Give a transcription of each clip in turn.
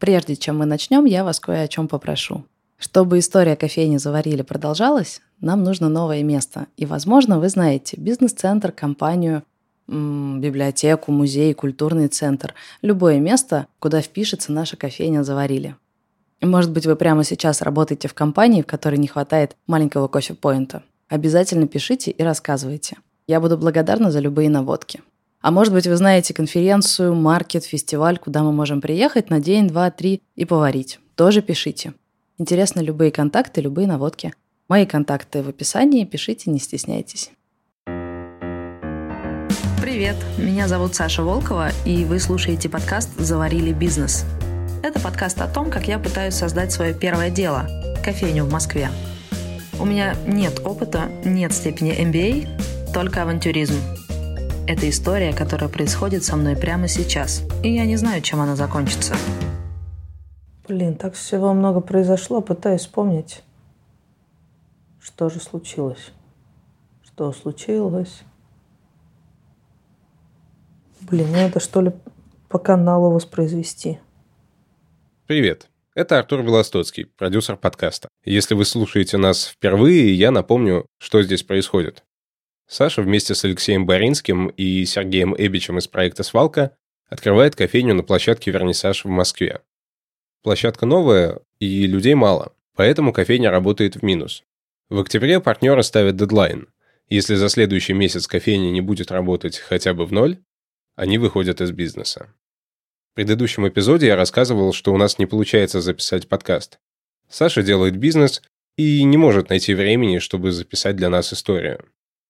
Прежде чем мы начнем, я вас кое о чем попрошу. Чтобы история кофейни «Заварили» продолжалась, нам нужно новое место. И, возможно, вы знаете бизнес-центр, компанию, библиотеку, музей, культурный центр. Любое место, куда впишется наша кофейня «Заварили». Может быть, вы прямо сейчас работаете в компании, в которой не хватает маленького кофе-поинта. Обязательно пишите и рассказывайте. Я буду благодарна за любые наводки. А может быть, вы знаете конференцию, маркет, фестиваль, куда мы можем приехать на день, 2, 3 и поварить. Тоже пишите. Интересны любые контакты, любые наводки. Мои контакты в описании, пишите, не стесняйтесь. Привет, меня зовут Саша Волкова, и вы слушаете подкаст «Заварили бизнес». Это подкаст о том, как я пытаюсь создать свое первое дело – кофейню в Москве. У меня нет опыта, нет степени MBA, только авантюризм. Это история, которая происходит со мной прямо сейчас, и я не знаю, чем она закончится. Так всего много произошло, пытаюсь вспомнить, что же случилось. Что случилось? Надо что ли по каналу воспроизвести. Привет, это Артур Белостоцкий, продюсер подкаста. Если вы слушаете нас впервые, я напомню, что здесь происходит. Саша вместе с Алексеем Боринским и Сергеем Эбичем из проекта «Свалка» открывает кофейню на площадке «Вернисаж» в Москве. Площадка новая, и людей мало, поэтому кофейня работает в минус. В октябре партнеры ставят дедлайн. Если за следующий месяц кофейня не будет работать хотя бы в ноль, они выходят из бизнеса. В предыдущем эпизоде я рассказывал, что у нас не получается записать подкаст. Саша делает бизнес и не может найти времени, чтобы записать для нас историю.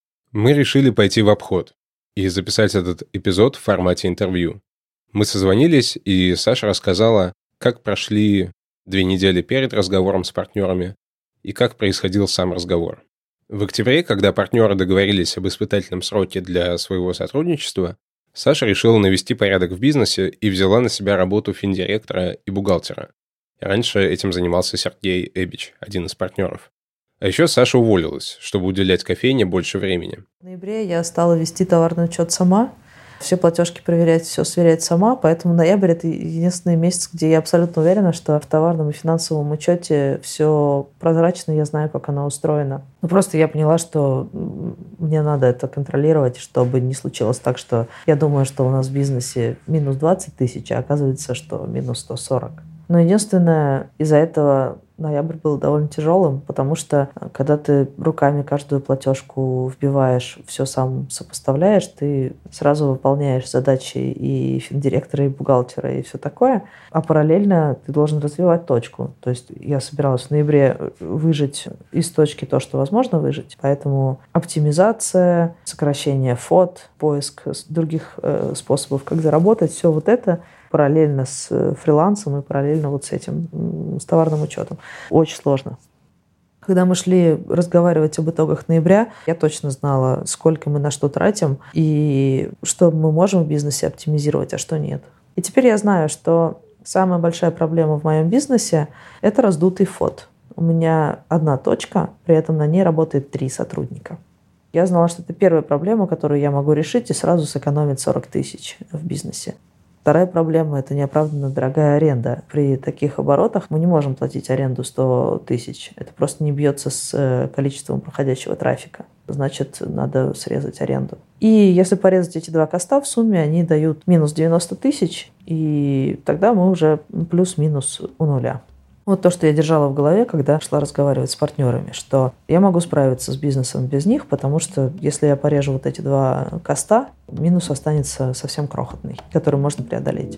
Мы решили пойти в обход и записать этот эпизод в формате интервью. Мы созвонились, и Саша рассказала, как прошли 2 недели перед разговором с партнерами и как происходил сам разговор. В октябре, когда партнеры договорились об испытательном сроке для своего сотрудничества, Саша решила навести порядок в бизнесе и взяла на себя работу финдиректора и бухгалтера. Раньше этим занимался Сергей Эбич, один из партнеров. А еще Саша уволилась, чтобы уделять кофейне больше времени. В ноябре я стала вести товарный учет сама, все платежки проверять, все сверять сама, поэтому ноябрь – это единственный месяц, где я абсолютно уверена, что в товарном и финансовом учете все прозрачно, я знаю, как оно устроено. Просто я поняла, что мне надо это контролировать, чтобы не случилось так, что я думаю, что у нас в бизнесе минус 20 тысяч, а оказывается, что минус 140. Но единственное, из-за этого ноябрь был довольно тяжелым, потому что когда ты руками каждую платежку вбиваешь, все сам сопоставляешь, ты сразу выполняешь задачи и финдиректора, и бухгалтера, и все такое, а параллельно ты должен развивать точку. То есть я собиралась в ноябре выжать из точки то, что возможно выжать, поэтому оптимизация, сокращение фот, поиск других способов, как заработать, все вот это параллельно с фрилансом и параллельно вот с этим, с товарным учетом. Очень сложно. Когда мы шли разговаривать об итогах ноября, я точно знала, сколько мы на что тратим и что мы можем в бизнесе оптимизировать, а что нет. И теперь я знаю, что самая большая проблема в моем бизнесе – это раздутый фот. У меня одна точка, при этом на ней работает 3 сотрудника. Я знала, что это первая проблема, которую я могу решить и сразу сэкономить 40 тысяч в бизнесе. Вторая проблема – это неоправданно дорогая аренда. При таких оборотах мы не можем платить аренду 100 тысяч. Это просто не бьется с количеством проходящего трафика. Значит, надо срезать аренду. И если порезать эти 2 коста, в сумме они дают минус 90 тысяч, и тогда мы уже плюс-минус у нуля. Вот то, что я держала в голове, когда шла разговаривать с партнерами, что я могу справиться с бизнесом без них, потому что если я порежу вот эти 2 коста, минус останется совсем крохотный, который можно преодолеть.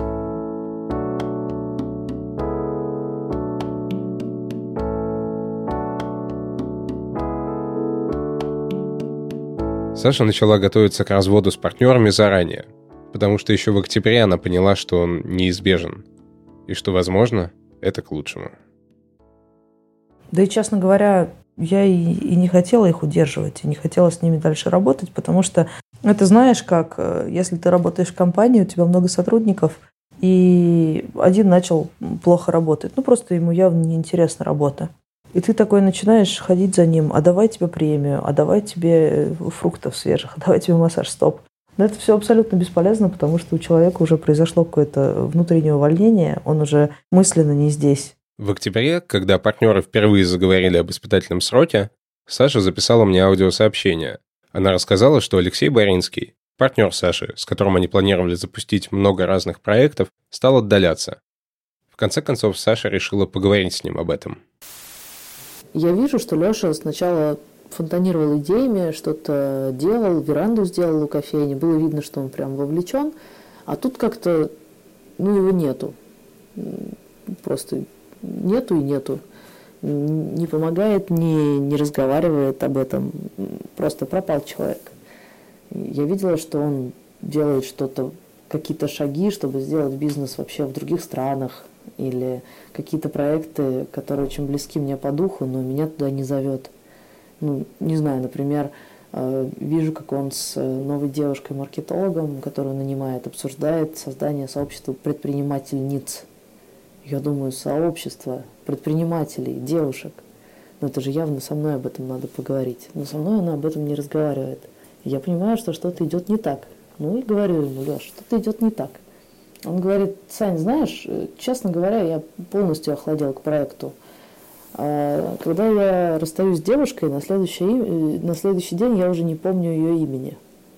Саша начала готовиться к разводу с партнерами заранее, потому что еще в октябре она поняла, что он неизбежен, и что, возможно, это к лучшему. Да и, честно говоря, я и не хотела их удерживать, и не хотела с ними дальше работать, потому что это знаешь, как если ты работаешь в компании, у тебя много сотрудников, и один начал плохо работать. Просто ему явно неинтересна работа. И ты такой начинаешь ходить за ним, а давай тебе премию, а давай тебе фруктов свежих, а давай тебе массаж стоп. Но это все абсолютно бесполезно, потому что у человека уже произошло какое-то внутреннее увольнение, он уже мысленно не здесь. В октябре, когда партнеры впервые заговорили об испытательном сроке, Саша записала мне аудиосообщение. Она рассказала, что Алексей Боринский, партнер Саши, с которым они планировали запустить много разных проектов, стал отдаляться. В конце концов, Саша решила поговорить с ним об этом. Я вижу, что Леша сначала фонтанировал идеями, что-то делал, веранду сделал у кофейни. Было видно, что он прям вовлечен. А тут как-то, его нету. Просто нету и нету. Не помогает, не разговаривает об этом. Просто пропал человек. Я видела, что он делает что-то, какие-то шаги, чтобы сделать бизнес вообще в других странах. Или какие-то проекты, которые очень близки мне по духу, но меня туда не зовет. Не знаю, например, вижу, как он с новой девушкой-маркетологом, которую нанимает, обсуждает создание сообщества предпринимательниц. Я думаю, сообщество предпринимателей, девушек. Но это же явно со мной об этом надо поговорить. Но со мной она об этом не разговаривает. И я понимаю, что что-то идет не так. И говорю ему: Леш, что-то идет не так. Он говорит: Сань, знаешь, честно говоря, я полностью охладел к проекту. Когда я расстаюсь с девушкой, на следующий день я уже не помню ее имени.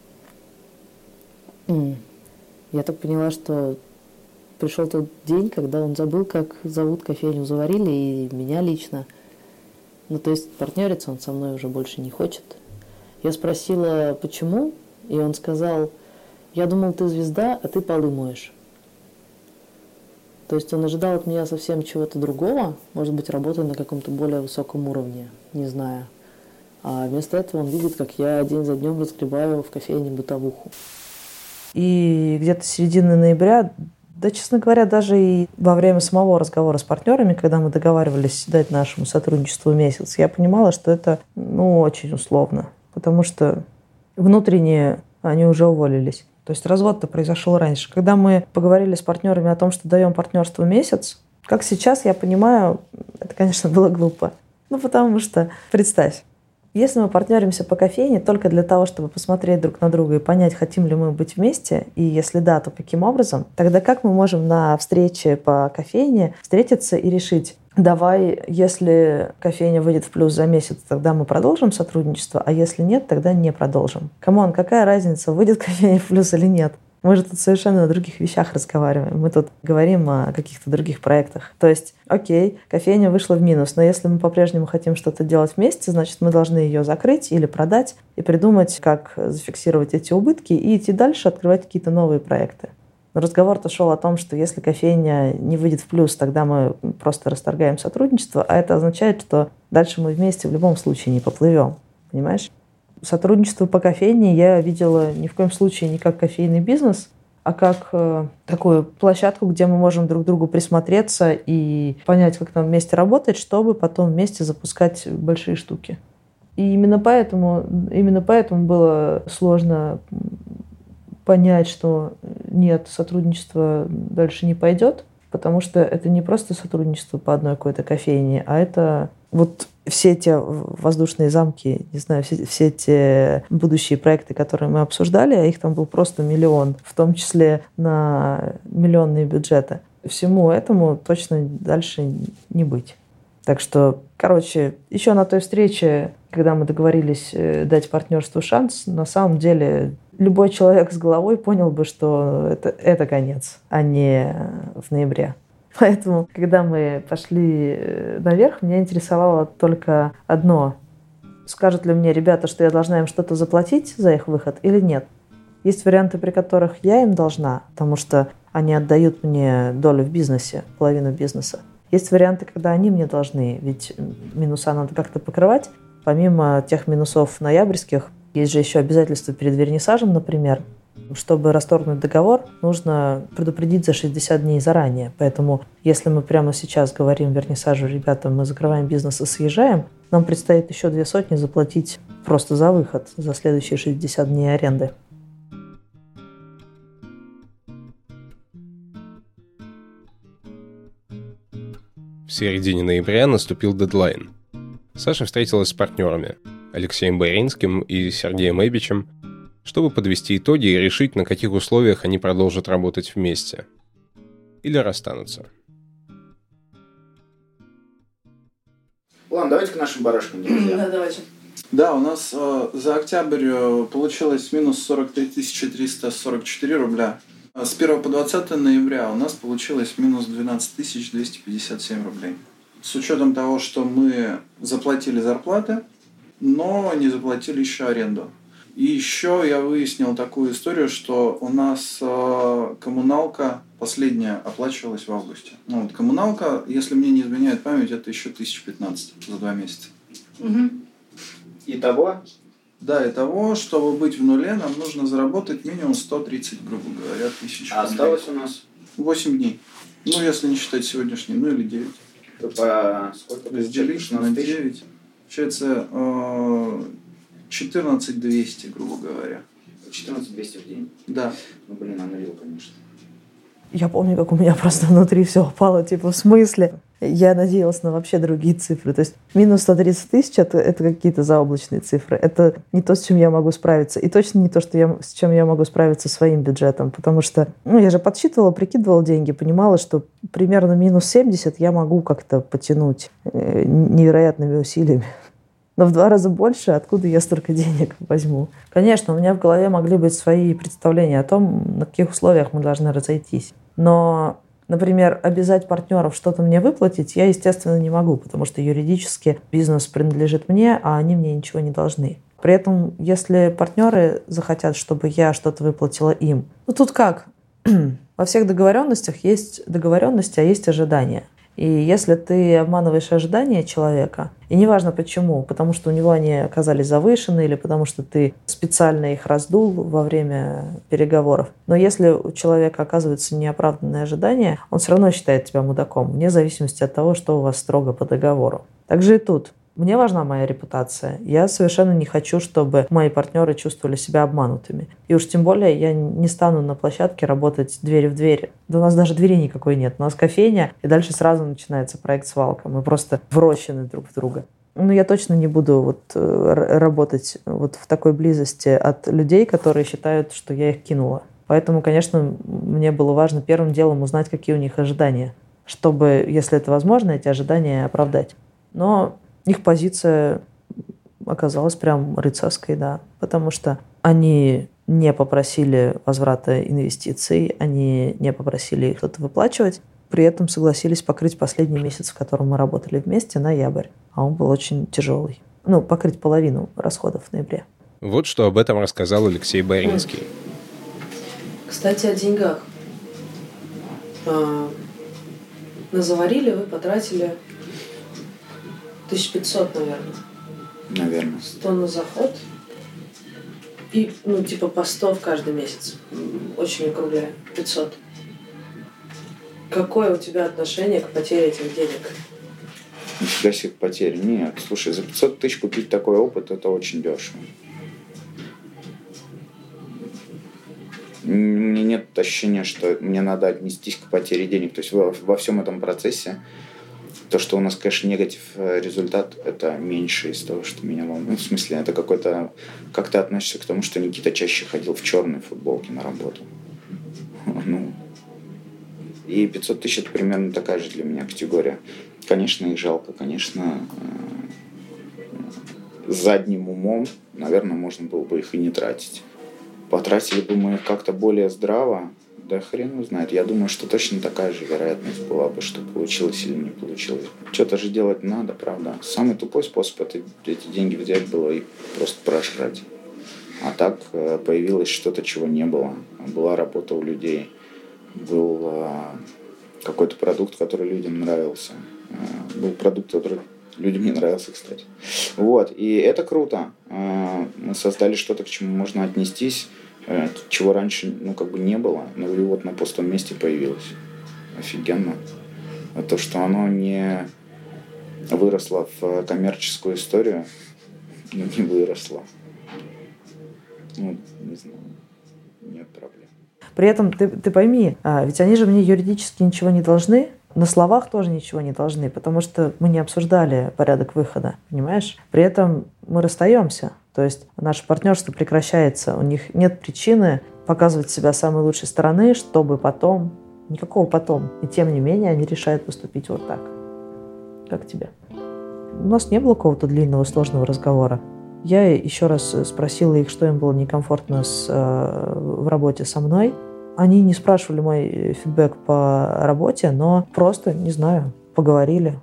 Я так поняла, что пришел тот день, когда он забыл, как зовут кофейню «Заварили», и меня лично. То есть партнериться он со мной уже больше не хочет. Я спросила, почему, и он сказал: я думал, ты звезда, а ты полы моешь. То есть он ожидал от меня совсем чего-то другого, может быть, работы на каком-то более высоком уровне, не знаю. А вместо этого он видит, как я день за днем разгребаю в кофейне бытовуху. И где-то с середины ноября, честно говоря, даже и во время самого разговора с партнерами, когда мы договаривались дать нашему сотрудничеству месяц, я понимала, что это, очень условно, потому что внутренне они уже уволились. То есть развод-то произошел раньше. Когда мы поговорили с партнерами о том, что даем партнерству месяц, как сейчас я понимаю, это, конечно, было глупо. Потому что, представь, если мы партнеримся по кофейне только для того, чтобы посмотреть друг на друга и понять, хотим ли мы быть вместе, и если да, то каким образом, тогда как мы можем на встрече по кофейне встретиться и решить: давай, если кофейня выйдет в плюс за месяц, тогда мы продолжим сотрудничество, а если нет, тогда не продолжим. Камон, какая разница, выйдет кофейня в плюс или нет? Мы же тут совершенно о других вещах разговариваем. Мы тут говорим о каких-то других проектах. То есть, окей, кофейня вышла в минус, но если мы по-прежнему хотим что-то делать вместе, значит, мы должны ее закрыть или продать и придумать, как зафиксировать эти убытки и идти дальше, открывать какие-то новые проекты. Но разговор-то шел о том, что если кофейня не выйдет в плюс, тогда мы просто расторгаем сотрудничество, а это означает, что дальше мы вместе в любом случае не поплывем. Понимаешь? Сотрудничество по кофейне я видела ни в коем случае не как кофейный бизнес, а как такую площадку, где мы можем друг к другу присмотреться и понять, как нам вместе работать, чтобы потом вместе запускать большие штуки. И именно поэтому было сложно понять, что нет, сотрудничество дальше не пойдет, потому что это не просто сотрудничество по одной какой-то кофейне, а это все эти воздушные замки, не знаю, все эти будущие проекты, которые мы обсуждали, а их там был просто миллион, в том числе на миллионные бюджеты. Всему этому точно дальше не быть. Так что, еще на той встрече, когда мы договорились дать партнерству шанс, на самом деле любой человек с головой понял бы, что это конец, а не в ноябре. Поэтому, когда мы пошли наверх, меня интересовало только одно. Скажут ли мне ребята, что я должна им что-то заплатить за их выход или нет? Есть варианты, при которых я им должна, потому что они отдают мне долю в бизнесе, половину бизнеса. Есть варианты, когда они мне должны, ведь минуса надо как-то покрывать. Помимо тех минусов ноябрьских, есть же еще обязательства перед вернисажем, например. Чтобы расторгнуть договор, нужно предупредить за 60 дней заранее. Поэтому, если мы прямо сейчас говорим вернисажу: ребята, мы закрываем бизнес и съезжаем, нам предстоит еще 200 заплатить просто за выход, за следующие 60 дней аренды. В середине ноября наступил дедлайн. Саша встретилась с партнерами Алексеем Боринским и Сергеем Эбичем, чтобы подвести итоги и решить, на каких условиях они продолжат работать вместе. Или расстанутся. Ладно, давайте к нашим барашкам, друзья. Да, давайте. Да, у нас за октябрь получилось минус 43 344 рубля. С 1 по 20 ноября у нас получилось минус 12 257 рублей. С учетом того, что мы заплатили зарплаты, но не заплатили еще аренду. И еще я выяснил такую историю, что у нас коммуналка последняя оплачивалась в августе. Ну, вот коммуналка, если мне не изменяет память, это еще 1015 за 2 месяца. Угу. Итого? Да, итого, чтобы быть в нуле, нам нужно заработать минимум 130, грубо говоря, тысяч. А осталось у нас? 8 дней. Ну, если не считать сегодняшний, ну или 9. По сколько? Разделить на 9. Получается 14 200, грубо говоря. 14 200 в день? Да. Ну, блин, оновил, конечно. Я помню, как у меня просто внутри все упало, типа, в смысле? Я надеялась на вообще другие цифры. То есть минус 130 тысяч это какие-то заоблачные цифры. Это не то, с чем я могу справиться. И точно не то, с чем я могу справиться своим бюджетом. Потому что, я же подсчитывала, прикидывала деньги, понимала, что примерно минус 70 я могу как-то потянуть невероятными усилиями. Но в 2 раза больше, откуда я столько денег возьму? Конечно, у меня в голове могли быть свои представления о том, на каких условиях мы должны разойтись. Но, например, обязать партнеров что-то мне выплатить я, естественно, не могу, потому что юридически бизнес принадлежит мне, а они мне ничего не должны. При этом, если партнеры захотят, чтобы я что-то выплатила им, тут как? Во всех договоренностях есть договоренности, а есть ожидания. И если ты обманываешь ожидания человека, и неважно почему, потому что у него они оказались завышены или потому что ты специально их раздул во время переговоров, но если у человека оказываются неоправданные ожидания, он все равно считает тебя мудаком, вне зависимости от того, что у вас строго по договору. Так же и тут. Мне важна моя репутация. Я совершенно не хочу, чтобы мои партнеры чувствовали себя обманутыми. И уж тем более я не стану на площадке работать дверь в дверь. Да у нас даже двери никакой нет. У нас кофейня, и дальше сразу начинается проект «Свалка». Мы просто врощены друг в друга. Но я точно не буду работать в такой близости от людей, которые считают, что я их кинула. Поэтому, конечно, мне было важно первым делом узнать, какие у них ожидания, чтобы, если это возможно, эти ожидания оправдать. Но их позиция оказалась прям рыцарской, да, потому что они не попросили возврата инвестиций, они не попросили их что-то выплачивать, при этом согласились покрыть последний месяц, в котором мы работали вместе, ноябрь, а он был очень тяжелый. Покрыть половину расходов в ноябре. Вот что об этом рассказал Алексей Баринский. Кстати, о деньгах. Заварили вы, потратили 1500, наверное. Наверное. 100 на заход. И, по 100 в каждый месяц. Очень округляю. 500. Какое у тебя отношение к потере этих денег? Нифига себе потери. Нет, слушай, за 500 тысяч купить такой опыт, это очень дешево. Мне нет ощущения, что мне надо отнестись к потере денег. То есть во всем этом процессе то, что у нас, конечно, негатив результат, это меньше из того, что меня волнует. В смысле, это какой-то... Как ты относишься к тому, что Никита чаще ходил в черной футболке на работу? И 500 тысяч это примерно такая же для меня категория. Конечно, их жалко, конечно, задним умом, наверное, можно было бы их и не тратить. Потратили бы мы их как-то более здраво, да хрен его знает. Я думаю, что точно такая же вероятность была бы, что получилось или не получилось. Что-то же делать надо, правда. Самый тупой способ эти деньги взять было и просто прожрать. А так появилось что-то, чего не было. Была работа у людей. Был какой-то продукт, который людям нравился. Был продукт, который людям не нравился, кстати. И это круто. Мы создали что-то, к чему можно отнестись, чего раньше не было, но и на пустом месте появилось. Офигенно. А то, что оно не выросло в коммерческую историю, не выросло. Не знаю, нет проблем. При этом ты пойми, ведь они же мне юридически ничего не должны, на словах тоже ничего не должны, потому что мы не обсуждали порядок выхода, понимаешь? При этом мы расстаемся. То есть наше партнерство прекращается, у них нет причины показывать себя с самой лучшей стороны, чтобы потом... Никакого потом. И тем не менее они решают поступить вот так. Как тебе? У нас не было какого-то длинного сложного разговора. Я еще раз спросила их, что им было некомфортно в работе со мной. Они не спрашивали мой фидбэк по работе, но просто, не знаю, поговорили.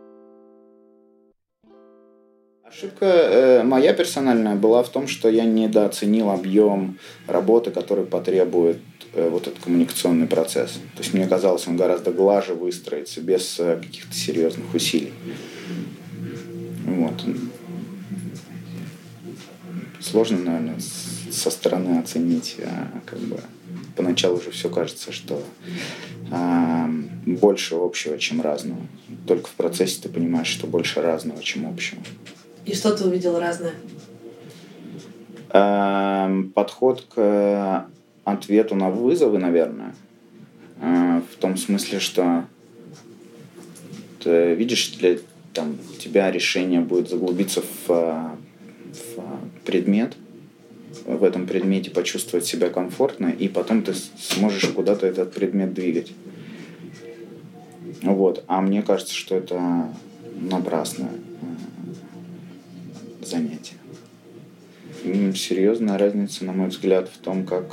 Ошибка моя персональная была в том, что я недооценил объем работы, который потребует вот этот коммуникационный процесс. То есть мне казалось, он гораздо глаже выстроится, без каких-то серьезных усилий. Вот. Сложно, наверное, со стороны оценить. Поначалу уже все кажется, что больше общего, чем разного. Только в процессе ты понимаешь, что больше разного, чем общего. И что ты увидел разное? Подход к ответу на вызовы, наверное. В том смысле, что ты видишь, для тебя решение будет заглубиться в предмет, в этом предмете почувствовать себя комфортно, и потом ты сможешь куда-то этот предмет двигать. Вот. А мне кажется, что это напрасное занятие. Серьезная разница, на мой взгляд, в том, как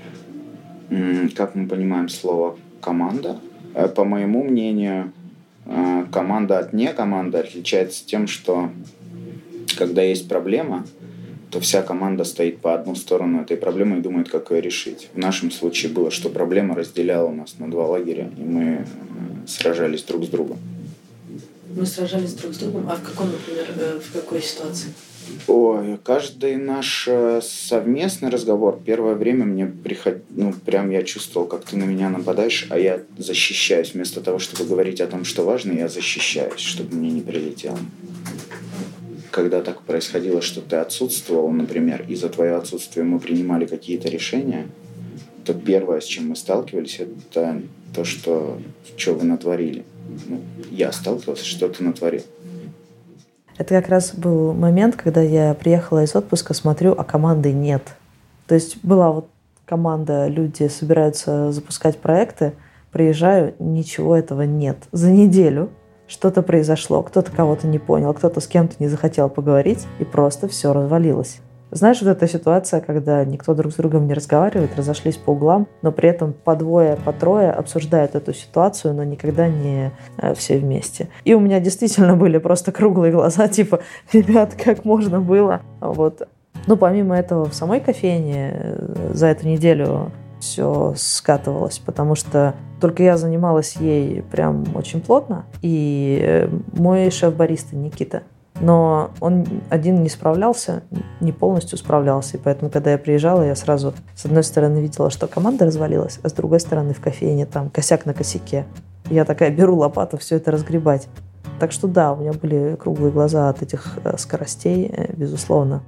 мы понимаем слово «команда». По моему мнению, команда от некоманды отличается тем, что когда есть проблема, то вся команда стоит по одну сторону этой проблемы и думает, как ее решить. В нашем случае было, что проблема разделяла нас на два лагеря, и мы сражались друг с другом. Мы сражались друг с другом? А в каком, например, в какой ситуации? Каждый наш совместный разговор, первое время мне приходило, прям я чувствовал, как ты на меня нападаешь, а я защищаюсь. Вместо того, чтобы говорить о том, что важно, я защищаюсь, чтобы мне не прилетело. Когда так происходило, что ты отсутствовал, например, и за твое отсутствие мы принимали какие-то решения, то первое, с чем мы сталкивались, это то, что вы натворили. Я сталкивался, что ты натворил. Это как раз был момент, когда я приехала из отпуска, смотрю, а команды нет. То есть была вот команда, люди собираются запускать проекты, приезжаю, ничего этого нет. За неделю что-то произошло, кто-то кого-то не понял, кто-то с кем-то не захотел поговорить, и просто все развалилось. Знаешь, вот эта ситуация, когда никто друг с другом не разговаривает, разошлись по углам, но при этом по двое, по трое обсуждают эту ситуацию, но никогда не все вместе. И у меня действительно были просто круглые глаза, типа, ребят, как можно было? Вот. Ну, помимо этого, в самой кофейне за эту неделю все скатывалось, потому что только я занималась ей прям очень плотно, и мой шеф-бариста Никита. Но он один не справлялся, не полностью справлялся. И поэтому, когда я приезжала, я сразу, с одной стороны, видела, что команда развалилась, а с другой стороны, в кофейне там косяк на косяке. И я такая беру лопату все это разгребать. Так что да, у меня были круглые глаза от этих скоростей, безусловно.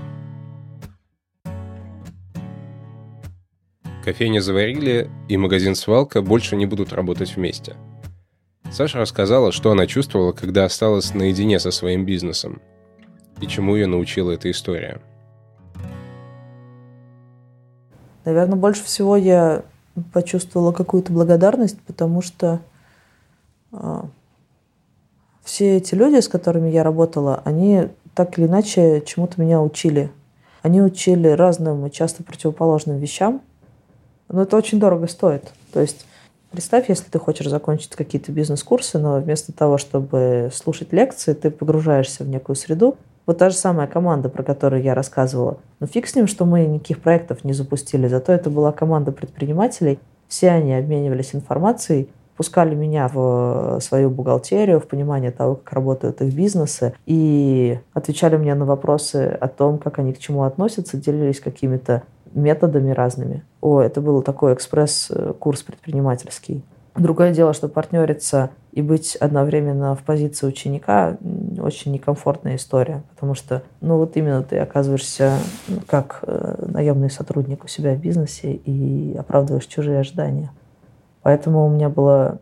Кофейня «Заварили» и магазин «Свалка» больше не будут работать вместе. Саша рассказала, что она чувствовала, когда осталась наедине со своим бизнесом, и чему ее научила эта история. Наверное, больше всего я почувствовала какую-то благодарность, потому что все эти люди, с которыми я работала, они так или иначе чему-то меня учили. Они учили разным и часто противоположным вещам, но это очень дорого стоит. То есть представь, если ты хочешь закончить какие-то бизнес-курсы, но вместо того, чтобы слушать лекции, ты погружаешься в некую среду. Вот та же самая команда, про которую я рассказывала. Но фиг с ним, что мы никаких проектов не запустили. Зато это была команда предпринимателей. Все они обменивались информацией, пускали меня в свою бухгалтерию, в понимание того, как работают их бизнесы, и отвечали мне на вопросы о том, как они к чему относятся, делились какими-то методами разными. Это был такой экспресс-курс предпринимательский. Другое дело, что партнериться и быть одновременно в позиции ученика очень некомфортная история, потому что, вот именно ты оказываешься как наемный сотрудник у себя в бизнесе и оправдываешь чужие ожидания. Поэтому у меня была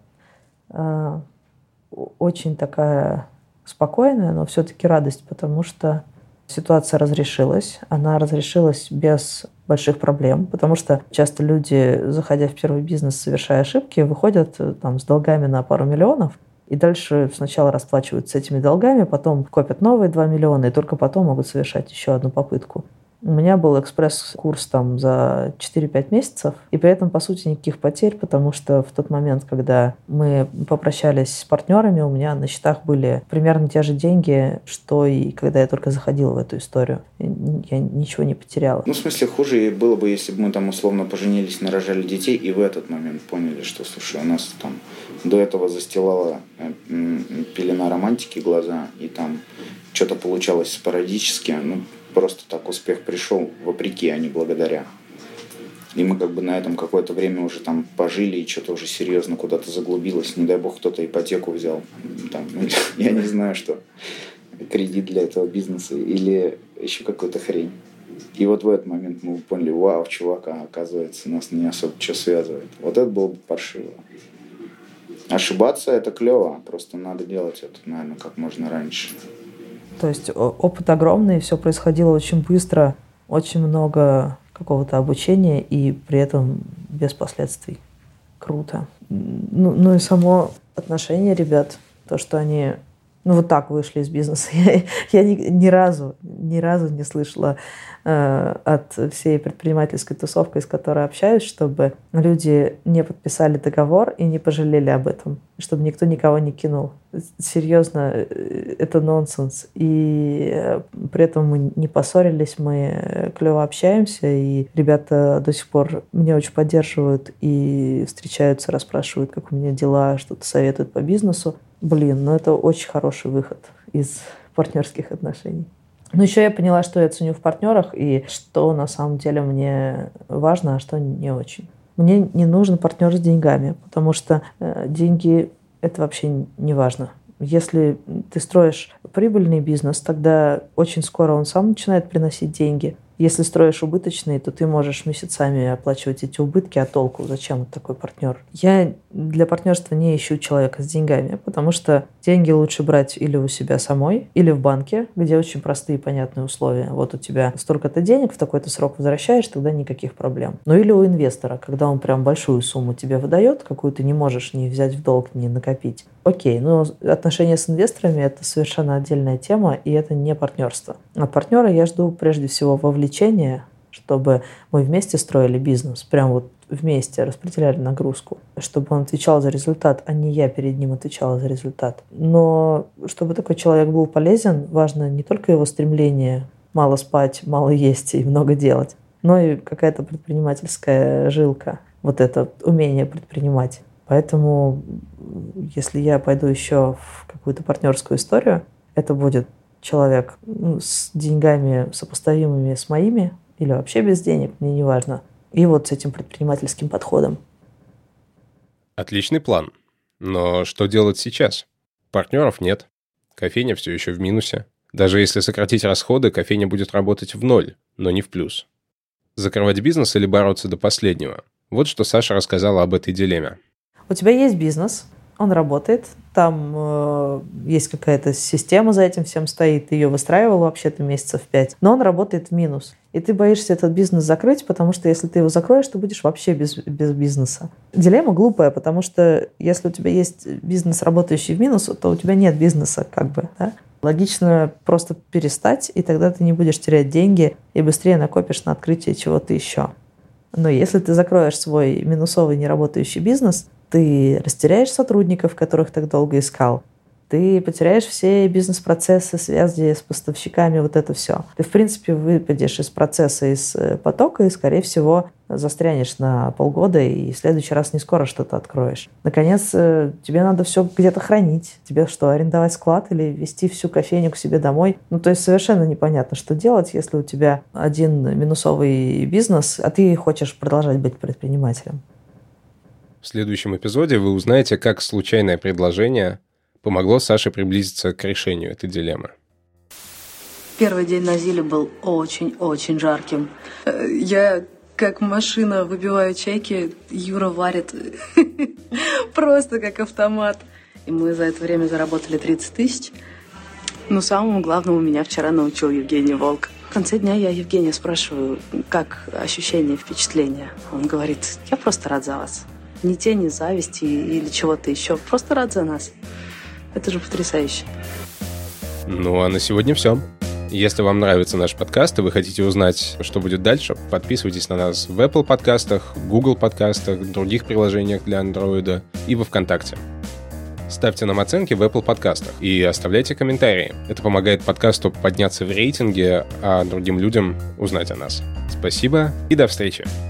очень такая спокойная, но все-таки радость, потому что Ситуация разрешилась. Она разрешилась без больших проблем, потому что часто люди, заходя в первый бизнес, совершая ошибки, выходят там с долгами на пару миллионов, и дальше сначала расплачиваются этими долгами, потом копят новые 2 миллиона, и только потом могут совершать еще одну попытку. У меня был экспресс-курс там за 4-5 месяцев, и при этом, по сути, никаких потерь, потому что в тот момент, когда мы попрощались с партнерами, у меня на счетах были примерно те же деньги, что и когда я только заходила в эту историю. Я ничего не потеряла. Ну, в смысле, хуже было бы, если бы мы там условно поженились, нарожали детей, и в этот момент поняли, что, слушай, у нас там до этого застилала пелена романтики глаза, и там что-то получалось спорадически, просто так успех пришел вопреки, а не благодаря. И мы как бы на этом какое-то время уже там пожили, и что-то уже серьезно куда-то заглубилось. Не дай бог, кто-то ипотеку взял. Там, я не знаю, что. Кредит для этого бизнеса или еще какую-то хрень. И вот в этот момент мы поняли, вау, чувак, оказывается, нас не особо что связывает. Вот это было бы паршиво. Ошибаться — это клево, просто надо делать это, наверное, как можно раньше. То есть опыт огромный, все происходило очень быстро, очень много какого-то обучения и при этом без последствий. Круто. Ну и само отношение ребят, то, что они вот так вышли из бизнеса. Я ни разу не слышала от всей предпринимательской тусовки, с которой общаюсь, чтобы люди не подписали договор и не пожалели об этом, чтобы никто никого не кинул. Серьезно, это нонсенс. И при этом мы не поссорились, мы клево общаемся, и ребята до сих пор меня очень поддерживают и встречаются, расспрашивают, как у меня дела, что-то советуют по бизнесу. Это очень хороший выход из партнерских отношений. Но еще я поняла, что я ценю в партнерах и что на самом деле мне важно, а что не очень. Мне не нужен партнер с деньгами, потому что деньги — это вообще не важно. Если ты строишь прибыльный бизнес, тогда очень скоро он сам начинает приносить деньги. Если строишь убыточный, то ты можешь месяцами оплачивать эти убытки, а толку? Зачем такой партнер? Я для партнерства не ищу человека с деньгами, потому что деньги лучше брать или у себя самой, или в банке, где очень простые и понятные условия. Вот у тебя столько-то денег, в такой-то срок возвращаешь, тогда никаких проблем. Или у инвестора, когда он прям большую сумму тебе выдает, какую ты не можешь ни взять в долг, ни накопить. Окей, но отношения с инвесторами — это совершенно отдельная тема, и это не партнерство. От партнера я жду прежде всего вовлечения, чтобы мы вместе строили бизнес, прям вот вместе распределяли нагрузку, чтобы он отвечал за результат, а не я перед ним отвечала за результат. Но чтобы такой человек был полезен, важно не только его стремление мало спать, мало есть и много делать, но и какая-то предпринимательская жилка, вот это умение предпринимать. Поэтому, если я пойду еще в какую-то партнерскую историю, это будет человек с деньгами, сопоставимыми с моими, или вообще без денег, мне не важно. И вот с этим предпринимательским подходом. Отличный план. Но что делать сейчас? Партнеров нет. Кофейня все еще в минусе. Даже если сократить расходы, кофейня будет работать в ноль, но не в плюс. Закрывать бизнес или бороться до последнего? Вот что Саша рассказала об этой дилемме. У тебя есть бизнес, он работает, там есть какая-то система за этим всем стоит, ты ее выстраивал вообще-то месяцев 5, но он работает в минус. И ты боишься этот бизнес закрыть, потому что если ты его закроешь, ты будешь вообще без бизнеса. Дилемма глупая, потому что если у тебя есть бизнес, работающий в минус, то у тебя нет бизнеса да? Логично просто перестать, и тогда ты не будешь терять деньги и быстрее накопишь на открытие чего-то еще. Но если ты закроешь свой минусовый неработающий бизнес, ты растеряешь сотрудников, которых так долго искал. Ты потеряешь все бизнес-процессы, связи с поставщиками, вот это все. Ты, в принципе, выпадешь из процесса, из потока и, скорее всего, застрянешь на полгода и в следующий раз не скоро что-то откроешь. Наконец, тебе надо все где-то хранить. Тебе что, арендовать склад или везти всю кофейню к себе домой? То есть совершенно непонятно, что делать, если у тебя один минусовый бизнес, а ты хочешь продолжать быть предпринимателем. В следующем эпизоде вы узнаете, как случайное предложение помогло Саше приблизиться к решению этой дилеммы. Первый день на Зиле был очень-очень жарким. Я как машина выбиваю чеки, Юра варит просто как автомат. И мы за это время заработали 30 тысяч. Ну, самому главному меня вчера научил Евгений Волк. В конце дня я Евгения спрашиваю, как ощущения, впечатления. Он говорит, я просто рад за вас. Ни тени зависти или чего-то еще. Просто рад за нас. Это же потрясающе. Ну, а на сегодня все. Если вам нравится наш подкаст и вы хотите узнать, что будет дальше, подписывайтесь на нас в Apple подкастах, Google подкастах, других приложениях для Android и во ВКонтакте. Ставьте нам оценки в Apple подкастах и оставляйте комментарии. Это помогает подкасту подняться в рейтинге, а другим людям узнать о нас. Спасибо и до встречи!